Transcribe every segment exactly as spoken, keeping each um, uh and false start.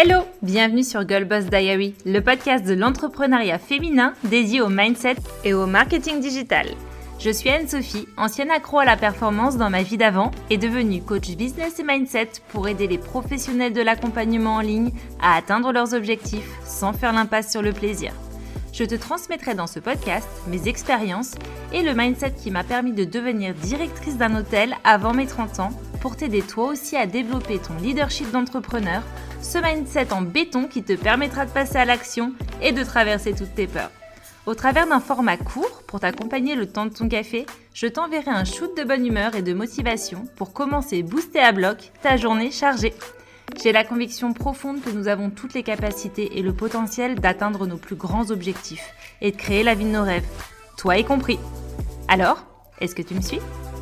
Hello, bienvenue sur Girl Boss Diary, le podcast de l'entrepreneuriat féminin dédié au mindset et au marketing digital. Je suis Anne-Sophie, ancienne accro à la performance dans ma vie d'avant et devenue coach business et mindset pour aider les professionnels de l'accompagnement en ligne à atteindre leurs objectifs sans faire l'impasse sur le plaisir. Je te transmettrai dans ce podcast mes expériences et le mindset qui m'a permis de devenir directrice d'un hôtel avant mes trente ans pour t'aider toi aussi à développer ton leadership d'entrepreneur, ce mindset en béton qui te permettra de passer à l'action et de traverser toutes tes peurs. Au travers d'un format court pour t'accompagner le temps de ton café, je t'enverrai un shoot de bonne humeur et de motivation pour commencer booster à bloc ta journée chargée. J'ai la conviction profonde que nous avons toutes les capacités et le potentiel d'atteindre nos plus grands objectifs et de créer la vie de nos rêves, toi y compris. Alors, est-ce que tu me suis ?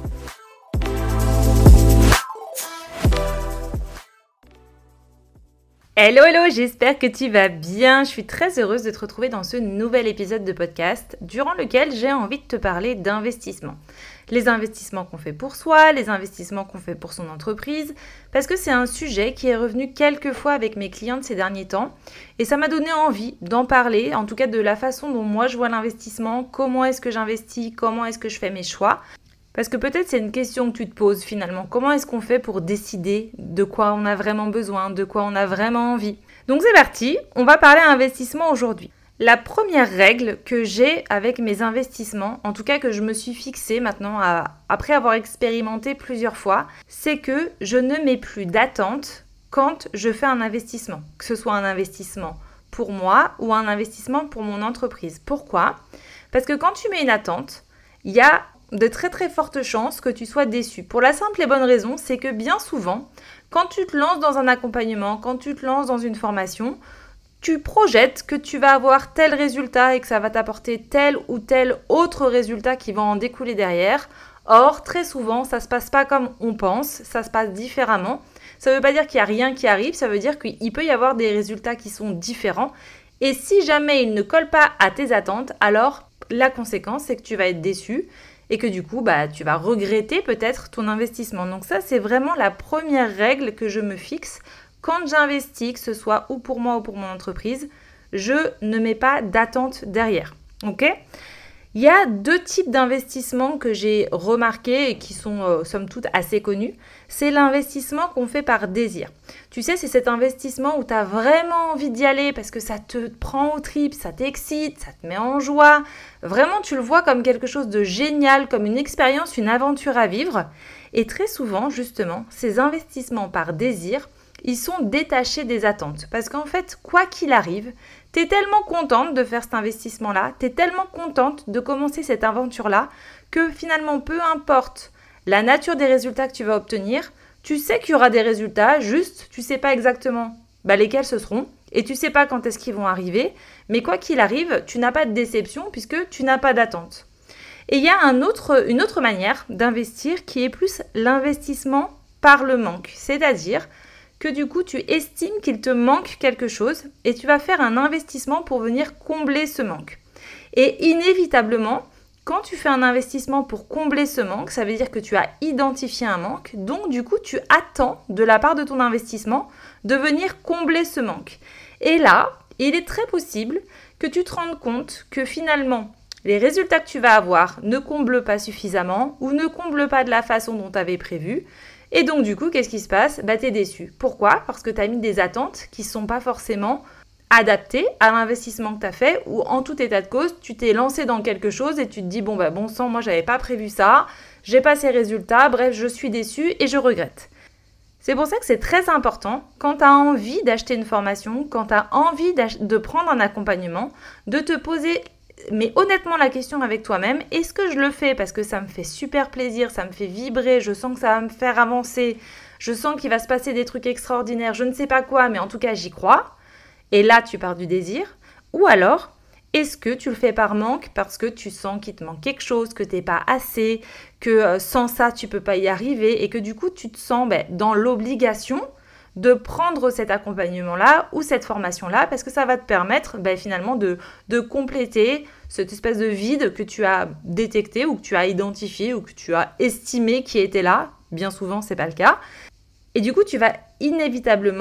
Hello hello, j'espère que tu vas bien. Je suis très heureuse de te retrouver dans ce nouvel épisode de podcast durant lequel j'ai envie de te parler d'investissement. Les investissements qu'on fait pour soi, les investissements qu'on fait pour son entreprise, parce que c'est un sujet qui est revenu quelques fois avec mes clientes ces derniers temps et ça m'a donné envie d'en parler, en tout cas de la façon dont moi je vois l'investissement, comment est-ce que j'investis, comment est-ce que je fais mes choix. Parce que peut-être c'est une question que tu te poses finalement. Comment est-ce qu'on fait pour décider de quoi on a vraiment besoin, de quoi on a vraiment envie ? Donc c'est parti, on va parler investissement aujourd'hui. La première règle que j'ai avec mes investissements, en tout cas que je me suis fixée maintenant à, après avoir expérimenté plusieurs fois, c'est que je ne mets plus d'attente quand je fais un investissement. Que ce soit un investissement pour moi ou un investissement pour mon entreprise. Pourquoi ? Parce que quand tu mets une attente, il y a de très très fortes chances que tu sois déçu. Pour la simple et bonne raison, c'est que bien souvent, quand tu te lances dans un accompagnement, quand tu te lances dans une formation, tu projettes que tu vas avoir tel résultat et que ça va t'apporter tel ou tel autre résultat qui va en découler derrière. Or, très souvent, ça ne se passe pas comme on pense, ça se passe différemment. Ça ne veut pas dire qu'il n'y a rien qui arrive, ça veut dire qu'il peut y avoir des résultats qui sont différents. Et si jamais ils ne collent pas à tes attentes, alors la conséquence, c'est que tu vas être déçu. Et que du coup, bah, tu vas regretter peut-être ton investissement. Donc ça, c'est vraiment la première règle que je me fixe. Quand j'investis, que ce soit ou pour moi ou pour mon entreprise, je ne mets pas d'attente derrière. Ok ? Il y a deux types d'investissements que j'ai remarqués et qui sont euh, somme toute assez connus. C'est l'investissement qu'on fait par désir. Tu sais, c'est cet investissement où tu as vraiment envie d'y aller parce que ça te prend aux tripes, ça t'excite, ça te met en joie. Vraiment, tu le vois comme quelque chose de génial, comme une expérience, une aventure à vivre. Et très souvent, justement, ces investissements par désir, ils sont détachés des attentes. Parce qu'en fait, quoi qu'il arrive, tu es tellement contente de faire cet investissement-là, tu es tellement contente de commencer cette aventure-là, que finalement, peu importe la nature des résultats que tu vas obtenir, tu sais qu'il y aura des résultats, juste tu ne sais pas exactement bah, lesquels ce seront, et tu ne sais pas quand est-ce qu'ils vont arriver, mais quoi qu'il arrive, tu n'as pas de déception puisque tu n'as pas d'attente. Et il y a un autre, une autre manière d'investir qui est plus l'investissement par le manque, c'est-à-dire que du coup, tu estimes qu'il te manque quelque chose et tu vas faire un investissement pour venir combler ce manque. Et inévitablement, quand tu fais un investissement pour combler ce manque, ça veut dire que tu as identifié un manque, donc du coup, tu attends de la part de ton investissement de venir combler ce manque. Et là, il est très possible que tu te rendes compte que finalement, les résultats que tu vas avoir ne comblent pas suffisamment ou ne comblent pas de la façon dont tu avais prévu. Et donc du coup, qu'est-ce qui se passe ? Bah, tu es déçu. Pourquoi ? Parce que tu as mis des attentes qui ne sont pas forcément adaptées à l'investissement que tu as fait ou en tout état de cause, tu t'es lancé dans quelque chose et tu te dis bon bah bon sang, moi j'avais pas prévu ça, j'ai pas ces résultats, bref, je suis déçu et je regrette. C'est pour ça que c'est très important quand tu as envie d'acheter une formation, quand tu as envie de prendre un accompagnement, de te poser mais honnêtement la question avec toi-même, est-ce que je le fais parce que ça me fait super plaisir, ça me fait vibrer, je sens que ça va me faire avancer, je sens qu'il va se passer des trucs extraordinaires, je ne sais pas quoi, mais en tout cas j'y crois. Et là tu pars du désir. Ou alors, est-ce que tu le fais par manque parce que tu sens qu'il te manque quelque chose, que tu n'es pas assez, que euh, sans ça tu ne peux pas y arriver et que du coup tu te sens ben, dans l'obligation de prendre cet accompagnement-là ou cette formation-là parce que ça va te permettre ben, finalement de, de compléter cette espèce de vide que tu as détecté ou que tu as identifié ou que tu as estimé qui était là. Bien souvent, ce n'est pas le cas. Et du coup, tu vas inévitablement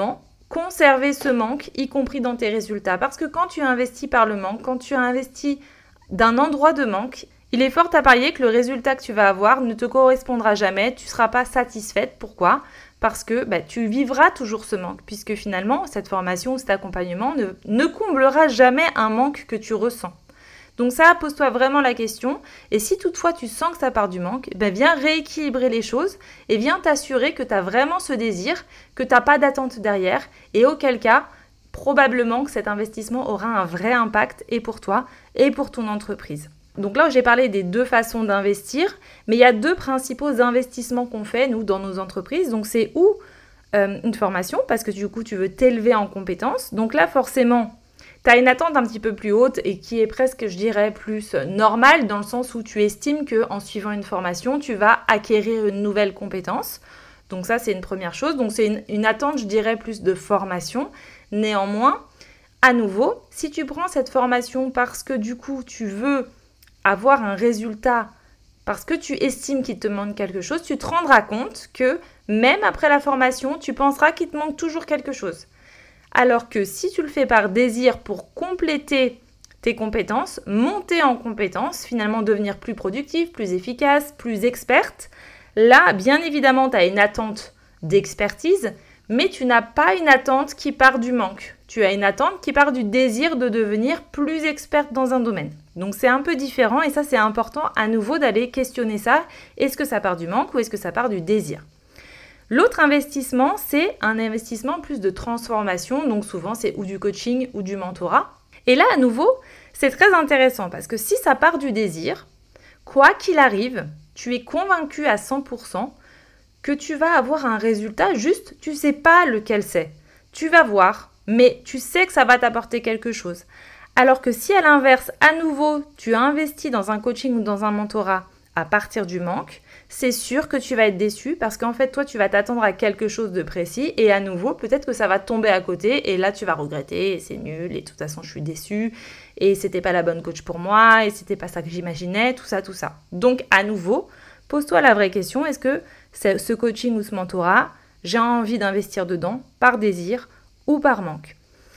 conserver ce manque, y compris dans tes résultats. Parce que quand tu investis par le manque, quand tu investis d'un endroit de manque, il est fort à parier que le résultat que tu vas avoir ne te correspondra jamais, tu ne seras pas satisfaite. Pourquoi ? Parce que bah, tu vivras toujours ce manque, puisque finalement, cette formation ou cet accompagnement ne, ne comblera jamais un manque que tu ressens. Donc ça, pose-toi vraiment la question. Et si toutefois tu sens que ça part du manque, ben viens rééquilibrer les choses et viens t'assurer que tu as vraiment ce désir, que tu n'as pas d'attente derrière. Et auquel cas, probablement que cet investissement aura un vrai impact et pour toi et pour ton entreprise. Donc là, j'ai parlé des deux façons d'investir, mais il y a deux principaux investissements qu'on fait, nous, dans nos entreprises. Donc c'est ou euh, une formation, parce que du coup, tu veux t'élever en compétences. Donc là, forcément, tu as une attente un petit peu plus haute et qui est presque, je dirais, plus normale dans le sens où tu estimes qu'en suivant une formation, tu vas acquérir une nouvelle compétence. Donc ça, c'est une première chose. Donc c'est une, une attente, je dirais, plus de formation. Néanmoins, à nouveau, si tu prends cette formation parce que du coup, tu veux avoir un résultat, parce que tu estimes qu'il te manque quelque chose, tu te rendras compte que même après la formation, tu penseras qu'il te manque toujours quelque chose. Alors que si tu le fais par désir pour compléter tes compétences, monter en compétences, finalement devenir plus productif, plus efficace, plus experte, là, bien évidemment, tu as une attente d'expertise, mais tu n'as pas une attente qui part du manque. Tu as une attente qui part du désir de devenir plus experte dans un domaine. Donc c'est un peu différent et ça, c'est important à nouveau d'aller questionner ça. Est-ce que ça part du manque ou est-ce que ça part du désir ? L'autre investissement, c'est un investissement plus de transformation. Donc souvent, c'est ou du coaching ou du mentorat. Et là, à nouveau, c'est très intéressant parce que si ça part du désir, quoi qu'il arrive, tu es convaincu à cent pour cent que tu vas avoir un résultat, juste tu ne sais pas lequel c'est. Tu vas voir, mais tu sais que ça va t'apporter quelque chose. Alors que si à l'inverse, à nouveau, tu investis dans un coaching ou dans un mentorat à partir du manque, c'est sûr que tu vas être déçu parce qu'en fait, toi, tu vas t'attendre à quelque chose de précis et à nouveau, peut-être que ça va tomber à côté et là, tu vas regretter et c'est nul et de toute façon, je suis déçue et c'était pas la bonne coach pour moi et c'était pas ça que j'imaginais, tout ça, tout ça. Donc, à nouveau, pose-toi la vraie question, est-ce que ce coaching ou ce mentorat, j'ai envie d'investir dedans par désir ou par manque ?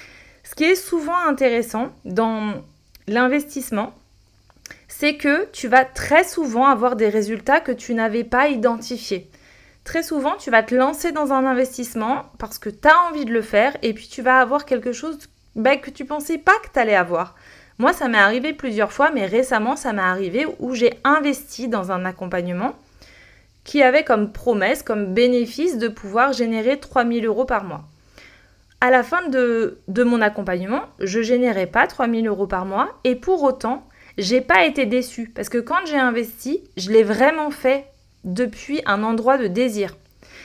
Ce qui est souvent intéressant dans l'investissement, c'est que tu vas très souvent avoir des résultats que tu n'avais pas identifiés. Très souvent, tu vas te lancer dans un investissement parce que tu as envie de le faire et puis tu vas avoir quelque chose bah, que tu ne pensais pas que tu allais avoir. Moi, ça m'est arrivé plusieurs fois, mais récemment, ça m'est arrivé où j'ai investi dans un accompagnement qui avait comme promesse, comme bénéfice de pouvoir générer trois mille euros par mois. À la fin de, de mon accompagnement, je ne générais pas trois mille euros par mois et pour autant, j'ai pas été déçue parce que quand j'ai investi, je l'ai vraiment fait depuis un endroit de désir.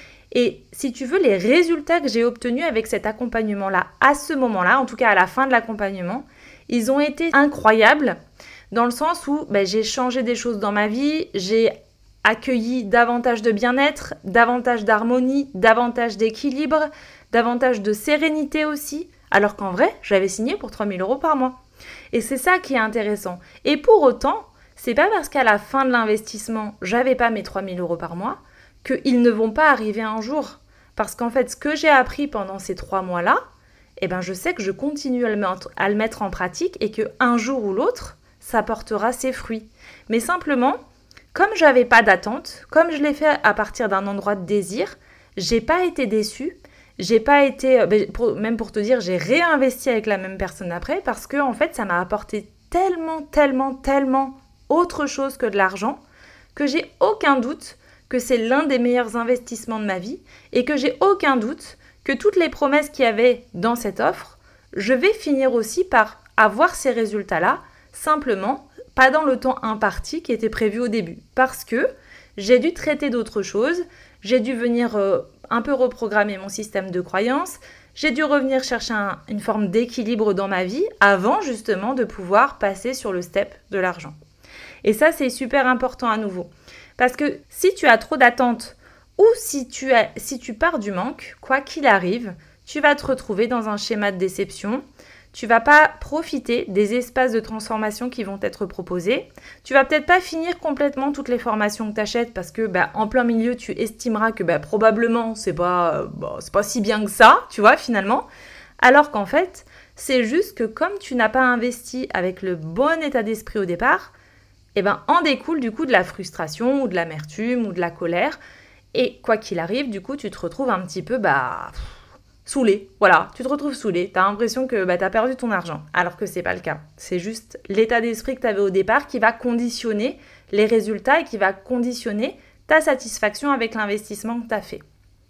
Et si tu veux, les résultats que j'ai obtenus avec cet accompagnement-là, à ce moment-là, en tout cas à la fin de l'accompagnement, ils ont été incroyables dans le sens où ben, j'ai changé des choses dans ma vie, j'ai accueilli davantage de bien-être, davantage d'harmonie, davantage d'équilibre, davantage de sérénité aussi, alors qu'en vrai, j'avais signé pour trois mille euros par mois. Et c'est ça qui est intéressant. Et pour autant, c'est pas parce qu'à la fin de l'investissement, j'avais pas mes trois mille euros par mois qu'ils ne vont pas arriver un jour. Parce qu'en fait, ce que j'ai appris pendant ces trois mois-là, eh ben, je sais que je continue à le mettre, à le mettre en pratique et qu'un jour ou l'autre, ça portera ses fruits. Mais simplement, comme j'avais pas d'attente, comme je l'ai fait à partir d'un endroit de désir, j'ai pas été déçue. J'ai pas été, pour, même pour te dire, j'ai réinvesti avec la même personne après parce que en fait, ça m'a apporté tellement, tellement, tellement autre chose que de l'argent que j'ai aucun doute que c'est l'un des meilleurs investissements de ma vie et que j'ai aucun doute que toutes les promesses qu'il y avait dans cette offre, je vais finir aussi par avoir ces résultats-là, simplement pas dans le temps imparti qui était prévu au début parce que j'ai dû traiter d'autres choses, j'ai dû venir euh, un peu reprogrammer mon système de croyances, j'ai dû revenir chercher un, une forme d'équilibre dans ma vie avant justement de pouvoir passer sur le step de l'argent. Et ça, c'est super important à nouveau. Parce que si tu as trop d'attentes ou si tu, as, si tu pars du manque, quoi qu'il arrive, tu vas te retrouver dans un schéma de déception, tu vas pas profiter des espaces de transformation qui vont être proposés. Tu vas peut-être pas finir complètement toutes les formations que tu achètes parce que bah, en plein milieu, tu estimeras que bah, probablement c'est pas, euh, bah, c'est pas si bien que ça, tu vois, finalement. Alors qu'en fait, c'est juste que comme tu n'as pas investi avec le bon état d'esprit au départ, eh ben, en découle du coup de la frustration ou de l'amertume ou de la colère. Et quoi qu'il arrive, du coup, tu te retrouves un petit peu bah, saoulé. Voilà, tu te retrouves saoulé. Tu as l'impression que bah, tu as perdu ton argent, alors que c'est pas le cas. C'est juste l'état d'esprit que tu avais au départ qui va conditionner les résultats et qui va conditionner ta satisfaction avec l'investissement que tu as fait.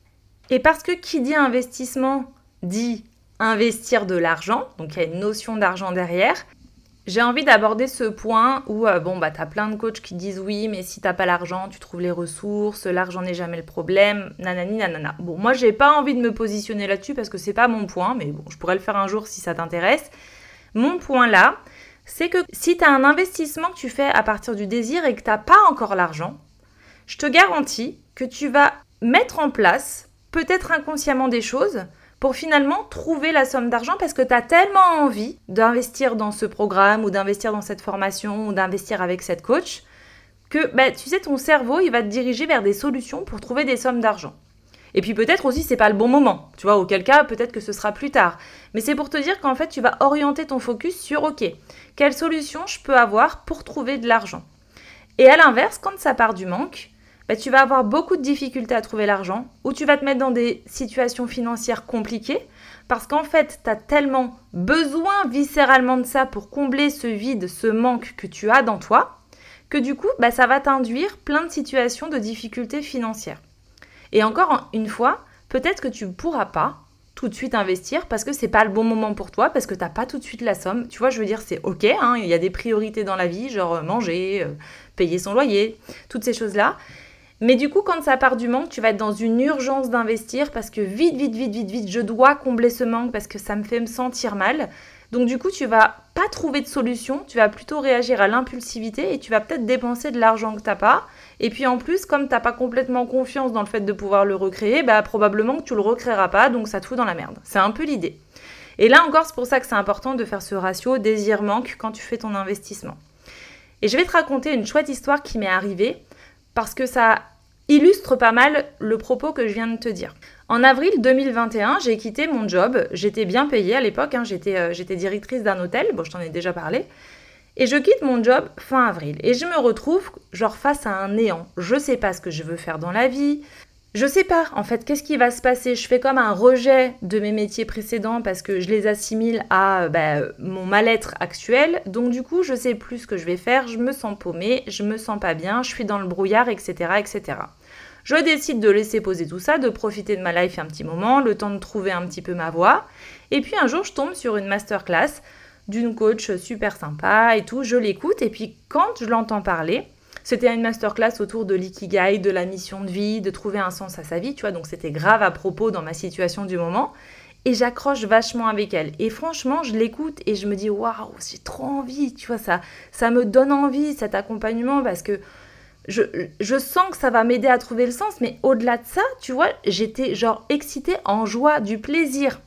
Et parce que qui dit investissement dit investir de l'argent, donc il y a une notion d'argent derrière. J'ai envie d'aborder ce point où euh, bon bah t'as plein de coachs qui disent oui mais si t'as pas l'argent tu trouves les ressources, l'argent n'est jamais le problème, nanani nanana. Bon moi j'ai pas envie de me positionner là-dessus parce que c'est pas mon point, mais bon je pourrais le faire un jour si ça t'intéresse. Mon point là, c'est que si t'as un investissement que tu fais à partir du désir et que t'as pas encore l'argent, je te garantis que tu vas mettre en place, peut-être inconsciemment des choses, pour finalement trouver la somme d'argent parce que tu as tellement envie d'investir dans ce programme ou d'investir dans cette formation ou d'investir avec cette coach que bah, tu sais, ton cerveau, il va te diriger vers des solutions pour trouver des sommes d'argent. Et puis peut-être aussi, c'est pas le bon moment, tu vois, auquel cas, peut-être que ce sera plus tard. Mais c'est pour te dire qu'en fait, tu vas orienter ton focus sur, ok, quelle solution je peux avoir pour trouver de l'argent. Et à l'inverse, quand ça part du manque, bah, tu vas avoir beaucoup de difficultés à trouver l'argent ou tu vas te mettre dans des situations financières compliquées parce qu'en fait, tu as tellement besoin viscéralement de ça pour combler ce vide, ce manque que tu as dans toi que du coup, bah, ça va t'induire plein de situations de difficultés financières. Et encore une fois, peut-être que tu ne pourras pas tout de suite investir parce que c'est pas le bon moment pour toi, parce que tu n'as pas tout de suite la somme. Tu vois, je veux dire, c'est ok, hein, il y a des priorités dans la vie, genre manger, euh, payer son loyer, toutes ces choses-là. Mais du coup, quand ça part du manque, tu vas être dans une urgence d'investir parce que vite, vite, vite, vite, vite, je dois combler ce manque parce que ça me fait me sentir mal. Donc du coup, tu vas pas trouver de solution, tu vas plutôt réagir à l'impulsivité et tu vas peut-être dépenser de l'argent que t'as pas. Et puis en plus, comme t'as pas complètement confiance dans le fait de pouvoir le recréer, bah probablement que tu le recréeras pas, donc ça te fout dans la merde. C'est un peu l'idée. Et là encore, c'est pour ça que c'est important de faire ce ratio désir-manque quand tu fais ton investissement. Et je vais te raconter une chouette histoire qui m'est arrivée parce que ça illustre pas mal le propos que je viens de te dire. En avril deux mille vingt et un, j'ai quitté mon job. J'étais bien payée à l'époque, hein, j'étais, euh, j'étais directrice d'un hôtel, bon je t'en ai déjà parlé. Et je quitte mon job fin avril. Et je me retrouve genre face à un néant. Je sais pas ce que je veux faire dans la vie. Je sais pas, en fait, qu'est-ce qui va se passer? Je fais comme un rejet de mes métiers précédents parce que je les assimile à bah, mon mal-être actuel. Donc du coup, je sais plus ce que je vais faire, je me sens paumée, je me sens pas bien, je suis dans le brouillard, et cetera, et cetera. Je décide de laisser poser tout ça, de profiter de ma life un petit moment, le temps de trouver un petit peu ma voie. Et puis un jour, je tombe sur une masterclass d'une coach super sympa et tout, je l'écoute. Et puis quand je l'entends parler, c'était une masterclass autour de l'ikigai, de la mission de vie, de trouver un sens à sa vie, tu vois, donc c'était grave à propos dans ma situation du moment. Et j'accroche vachement avec elle. Et franchement, je l'écoute et je me dis, waouh, j'ai trop envie, tu vois, ça, ça me donne envie cet accompagnement parce que je, je sens que ça va m'aider à trouver le sens. Mais au-delà de ça, tu vois, j'étais genre excitée, en joie, du plaisir.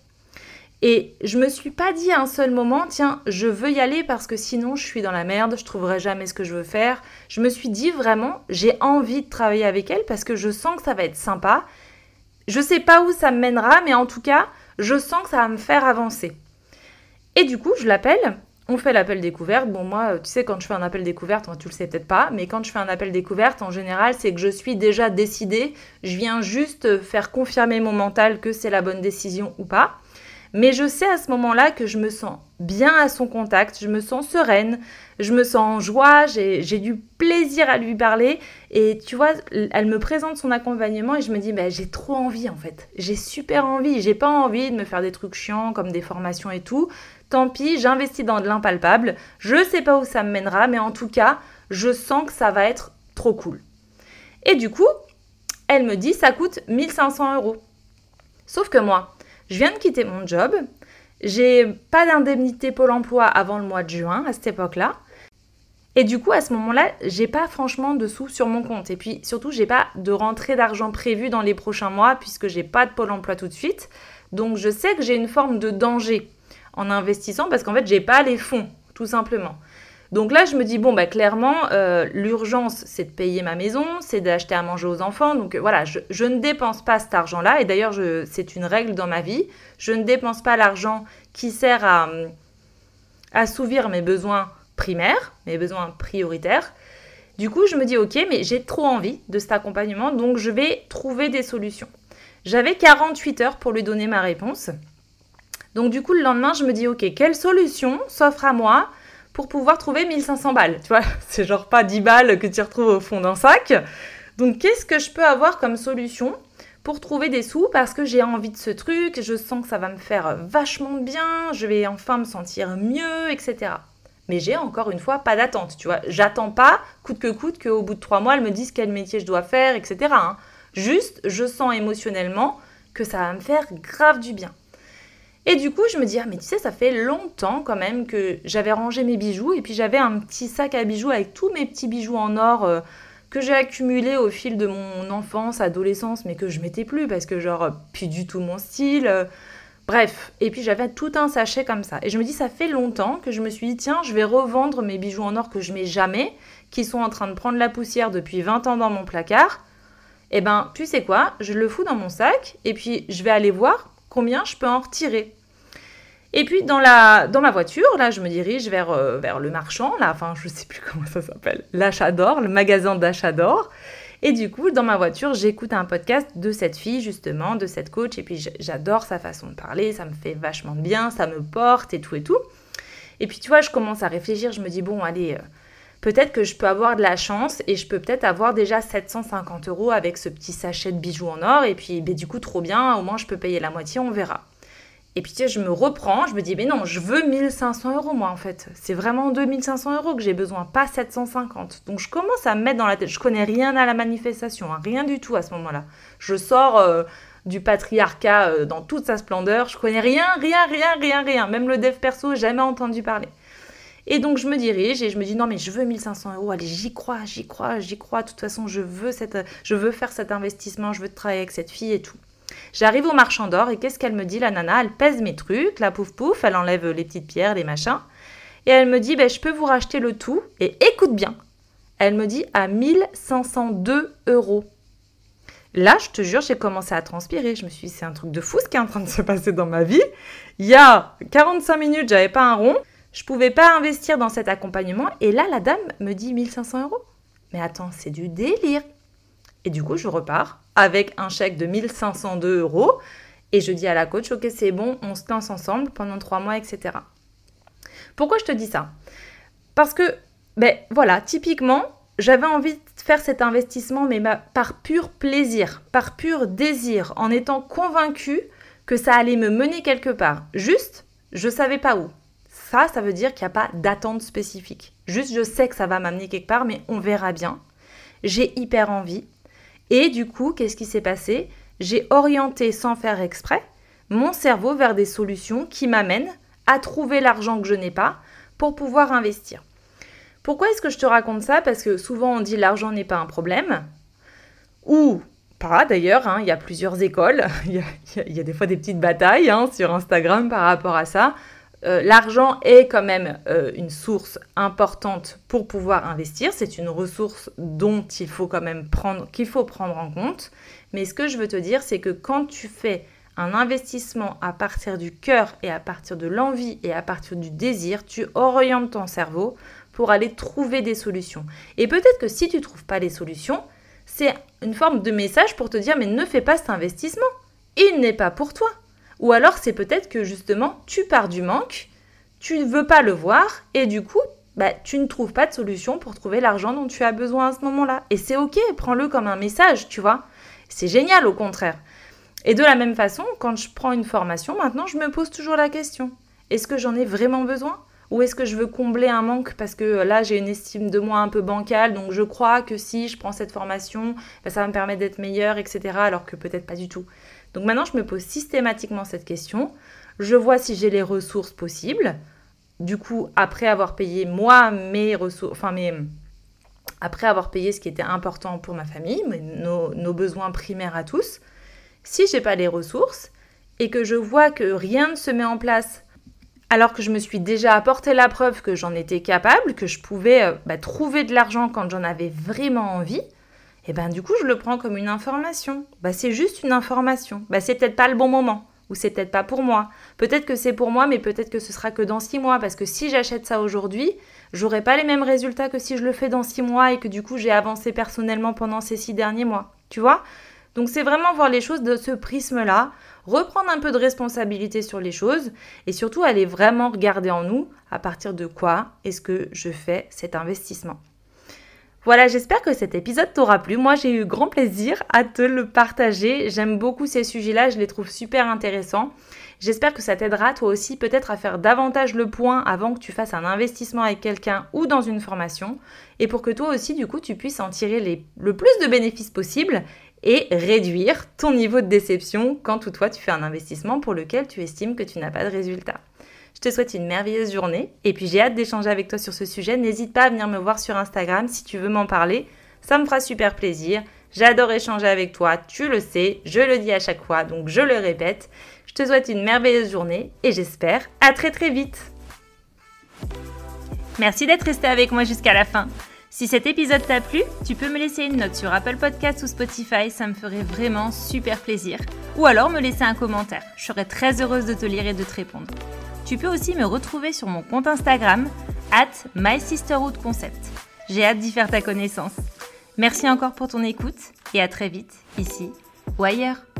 Et je me suis pas dit à un seul moment, tiens, je veux y aller parce que sinon je suis dans la merde, je trouverai jamais ce que je veux faire. Je me suis dit vraiment, j'ai envie de travailler avec elle parce que je sens que ça va être sympa. Je sais pas où ça me mènera, mais en tout cas, je sens que ça va me faire avancer. Et du coup, je l'appelle, on fait l'appel découverte. Bon, moi, tu sais, quand je fais un appel découverte, tu le sais peut-être pas, mais quand je fais un appel découverte, en général, c'est que je suis déjà décidée. Je viens juste faire confirmer mon mental que c'est la bonne décision ou pas. Mais je sais à ce moment-là que je me sens bien à son contact, je me sens sereine, je me sens en joie, j'ai, j'ai du plaisir à lui parler. Et tu vois, elle me présente son accompagnement et je me dis, bah, j'ai trop envie en fait. J'ai super envie, j'ai pas envie de me faire des trucs chiants comme des formations et tout. Tant pis, j'investis dans de l'impalpable. Je sais pas où ça me mènera, mais en tout cas, je sens que ça va être trop cool. Et du coup, elle me dit, ça coûte mille cinq cents euros. Sauf que moi, je viens de quitter mon job, j'ai pas d'indemnité Pôle emploi avant le mois de juin, à cette époque-là. Et du coup, à ce moment-là, j'ai pas franchement de sous sur mon compte. Et puis surtout, j'ai pas de rentrée d'argent prévue dans les prochains mois puisque j'ai pas de Pôle emploi tout de suite. Donc je sais que j'ai une forme de danger en investissant parce qu'en fait, j'ai pas les fonds, tout simplement. Donc là, je me dis, bon, bah, clairement, euh, l'urgence, c'est de payer ma maison, c'est d'acheter à manger aux enfants. Donc euh, voilà, je, je ne dépense pas cet argent-là. Et d'ailleurs, je, c'est une règle dans ma vie. Je ne dépense pas l'argent qui sert à, à assouvir mes besoins primaires, mes besoins prioritaires. Du coup, je me dis, ok, mais j'ai trop envie de cet accompagnement, donc je vais trouver des solutions. J'avais quarante-huit heures pour lui donner ma réponse. Donc du coup, le lendemain, je me dis, ok, quelle solution s'offre à moi pour pouvoir trouver mille cinq cents balles, tu vois, c'est genre pas dix balles que tu retrouves au fond d'un sac. Donc, qu'est-ce que je peux avoir comme solution pour trouver des sous parce que j'ai envie de ce truc, je sens que ça va me faire vachement de bien, je vais enfin me sentir mieux, et cetera. Mais j'ai encore une fois pas d'attente, tu vois. J'attends pas, coûte que coûte, qu'au bout de trois mois, elle me dise quel métier je dois faire, et cetera. Hein. Juste, je sens émotionnellement que ça va me faire grave du bien. Et du coup, je me dis, ah mais tu sais, ça fait longtemps quand même que j'avais rangé mes bijoux et puis j'avais un petit sac à bijoux avec tous mes petits bijoux en or euh, que j'ai accumulés au fil de mon enfance, adolescence, mais que je mettais plus parce que genre, plus du tout mon style. Euh, bref, et puis j'avais tout un sachet comme ça. Et je me dis, ça fait longtemps que je me suis dit, tiens, je vais revendre mes bijoux en or que je mets jamais, qui sont en train de prendre la poussière depuis vingt ans dans mon placard. Eh ben, tu sais quoi, je le fous dans mon sac et puis je vais aller voir combien je peux en retirer. Et puis dans, la, dans ma voiture, là, je me dirige vers, euh, vers le marchand, là, enfin, je ne sais plus comment ça s'appelle, l'achat d'or, le magasin d'achat d'or. Et du coup, dans ma voiture, j'écoute un podcast de cette fille, justement, de cette coach, et puis j'adore sa façon de parler, ça me fait vachement de bien, ça me porte et tout et tout. Et puis, tu vois, je commence à réfléchir, je me dis, bon, allez, euh, peut-être que je peux avoir de la chance et je peux peut-être avoir déjà sept cent cinquante euros avec ce petit sachet de bijoux en or. Et puis, ben, du coup, trop bien, au moins, je peux payer la moitié, on verra. Et puis, tu sais, je me reprends, je me dis, mais non, je veux mille cinq cents euros, moi, en fait. C'est vraiment deux mille cinq cents euros que j'ai besoin, pas sept cent cinquante. Donc, je commence à me mettre dans la tête. Je connais rien à la manifestation, hein, rien du tout à ce moment-là. Je sors euh, du patriarcat euh, dans toute sa splendeur. Je connais rien, rien, rien, rien, rien. Même le dev perso, jamais entendu parler. Et donc, je me dirige et je me dis, non, mais je veux mille cinq cents euros. Allez, j'y crois, j'y crois, j'y crois. De toute façon, je veux, cette, je veux faire cet investissement, je veux travailler avec cette fille et tout. J'arrive au marchand d'or et qu'est-ce qu'elle me dit, la nana? Elle pèse mes trucs, la pouf pouf, elle enlève les petites pierres, les machins. Et elle me dit, ben, je peux vous racheter le tout. Et écoute bien, elle me dit à mille cinq cent deux euros. Là, je te jure, j'ai commencé à transpirer. Je me suis dit, c'est un truc de fou ce qui est en train de se passer dans ma vie. Il y a quarante-cinq minutes, j'avais pas un rond. Je pouvais pas investir dans cet accompagnement. Et là, la dame me dit mille cinq cents euros. Mais attends, c'est du délire. Et du coup, je repars avec un chèque de mille cinq cent deux euros. Et je dis à la coach, ok, c'est bon, on se lance ensemble pendant trois mois, et cetera. Pourquoi je te dis ça? Parce que, ben voilà, typiquement, j'avais envie de faire cet investissement, mais par pur plaisir, par pur désir, en étant convaincue que ça allait me mener quelque part. Juste, je ne savais pas où. Ça, ça veut dire qu'il n'y a pas d'attente spécifique. Juste, je sais que ça va m'amener quelque part, mais on verra bien. J'ai hyper envie. Et du coup, qu'est-ce qui s'est passé? J'ai orienté, sans faire exprès, mon cerveau vers des solutions qui m'amènent à trouver l'argent que je n'ai pas pour pouvoir investir. Pourquoi est-ce que je te raconte ça? Parce que souvent, on dit l'argent n'est pas un problème. Ou pas d'ailleurs, hein, il y a plusieurs écoles. Il y a, il y a des fois des petites batailles hein, sur Instagram par rapport à ça. Euh, l'argent est quand même euh, une source importante pour pouvoir investir. C'est une ressource dont il faut quand même prendre, qu'il faut prendre en compte. Mais ce que je veux te dire, c'est que quand tu fais un investissement à partir du cœur et à partir de l'envie et à partir du désir, tu orientes ton cerveau pour aller trouver des solutions. Et peut-être que si tu ne trouves pas les solutions, c'est une forme de message pour te dire « mais ne fais pas cet investissement, il n'est pas pour toi ». Ou alors, c'est peut-être que justement, tu pars du manque, tu ne veux pas le voir et du coup, bah, tu ne trouves pas de solution pour trouver l'argent dont tu as besoin à ce moment-là. Et c'est ok, prends-le comme un message, tu vois. C'est génial au contraire. Et de la même façon, quand je prends une formation, maintenant, je me pose toujours la question. Est-ce que j'en ai vraiment besoin ? Ou est-ce que je veux combler un manque parce que là, j'ai une estime de moi un peu bancale, donc je crois que si je prends cette formation, bah, ça va me permettre d'être meilleure, et cetera. Alors que peut-être pas du tout. Donc maintenant, je me pose systématiquement cette question. Je vois si j'ai les ressources possibles. Du coup, après avoir payé moi mes ressources, enfin mes, après avoir payé ce qui était important pour ma famille, nos, nos besoins primaires à tous, si j'ai pas les ressources et que je vois que rien ne se met en place alors que je me suis déjà apporté la preuve que j'en étais capable, que je pouvais euh, bah, trouver de l'argent quand j'en avais vraiment envie, et ben du coup je le prends comme une information. Bah, c'est juste une information. Bah, c'est peut-être pas le bon moment, ou c'est peut-être pas pour moi. Peut-être que c'est pour moi, mais peut-être que ce sera que dans six mois, parce que si j'achète ça aujourd'hui, j'aurai pas les mêmes résultats que si je le fais dans six mois et que du coup j'ai avancé personnellement pendant ces six derniers mois. Tu vois ? Donc c'est vraiment voir les choses de ce prisme-là, reprendre un peu de responsabilité sur les choses et surtout aller vraiment regarder en nous à partir de quoi est-ce que je fais cet investissement. Voilà, j'espère que cet épisode t'aura plu. Moi, j'ai eu grand plaisir à te le partager. J'aime beaucoup ces sujets-là, je les trouve super intéressants. J'espère que ça t'aidera toi aussi peut-être à faire davantage le point avant que tu fasses un investissement avec quelqu'un ou dans une formation et pour que toi aussi, du coup, tu puisses en tirer les, le plus de bénéfices possible et réduire ton niveau de déception quand toutefois tu fais un investissement pour lequel tu estimes que tu n'as pas de résultat. Je te souhaite une merveilleuse journée et puis j'ai hâte d'échanger avec toi sur ce sujet. N'hésite pas à venir me voir sur Instagram si tu veux m'en parler. Ça me fera super plaisir. J'adore échanger avec toi, tu le sais, je le dis à chaque fois, donc je le répète. Je te souhaite une merveilleuse journée et j'espère à très très vite. Merci d'être resté avec moi jusqu'à la fin. Si cet épisode t'a plu, tu peux me laisser une note sur Apple Podcasts ou Spotify, ça me ferait vraiment super plaisir. Ou alors me laisser un commentaire, je serais très heureuse de te lire et de te répondre. Tu peux aussi me retrouver sur mon compte Instagram, arobase my sisterhood concept. J'ai hâte d'y faire ta connaissance. Merci encore pour ton écoute et à très vite, ici ou ailleurs.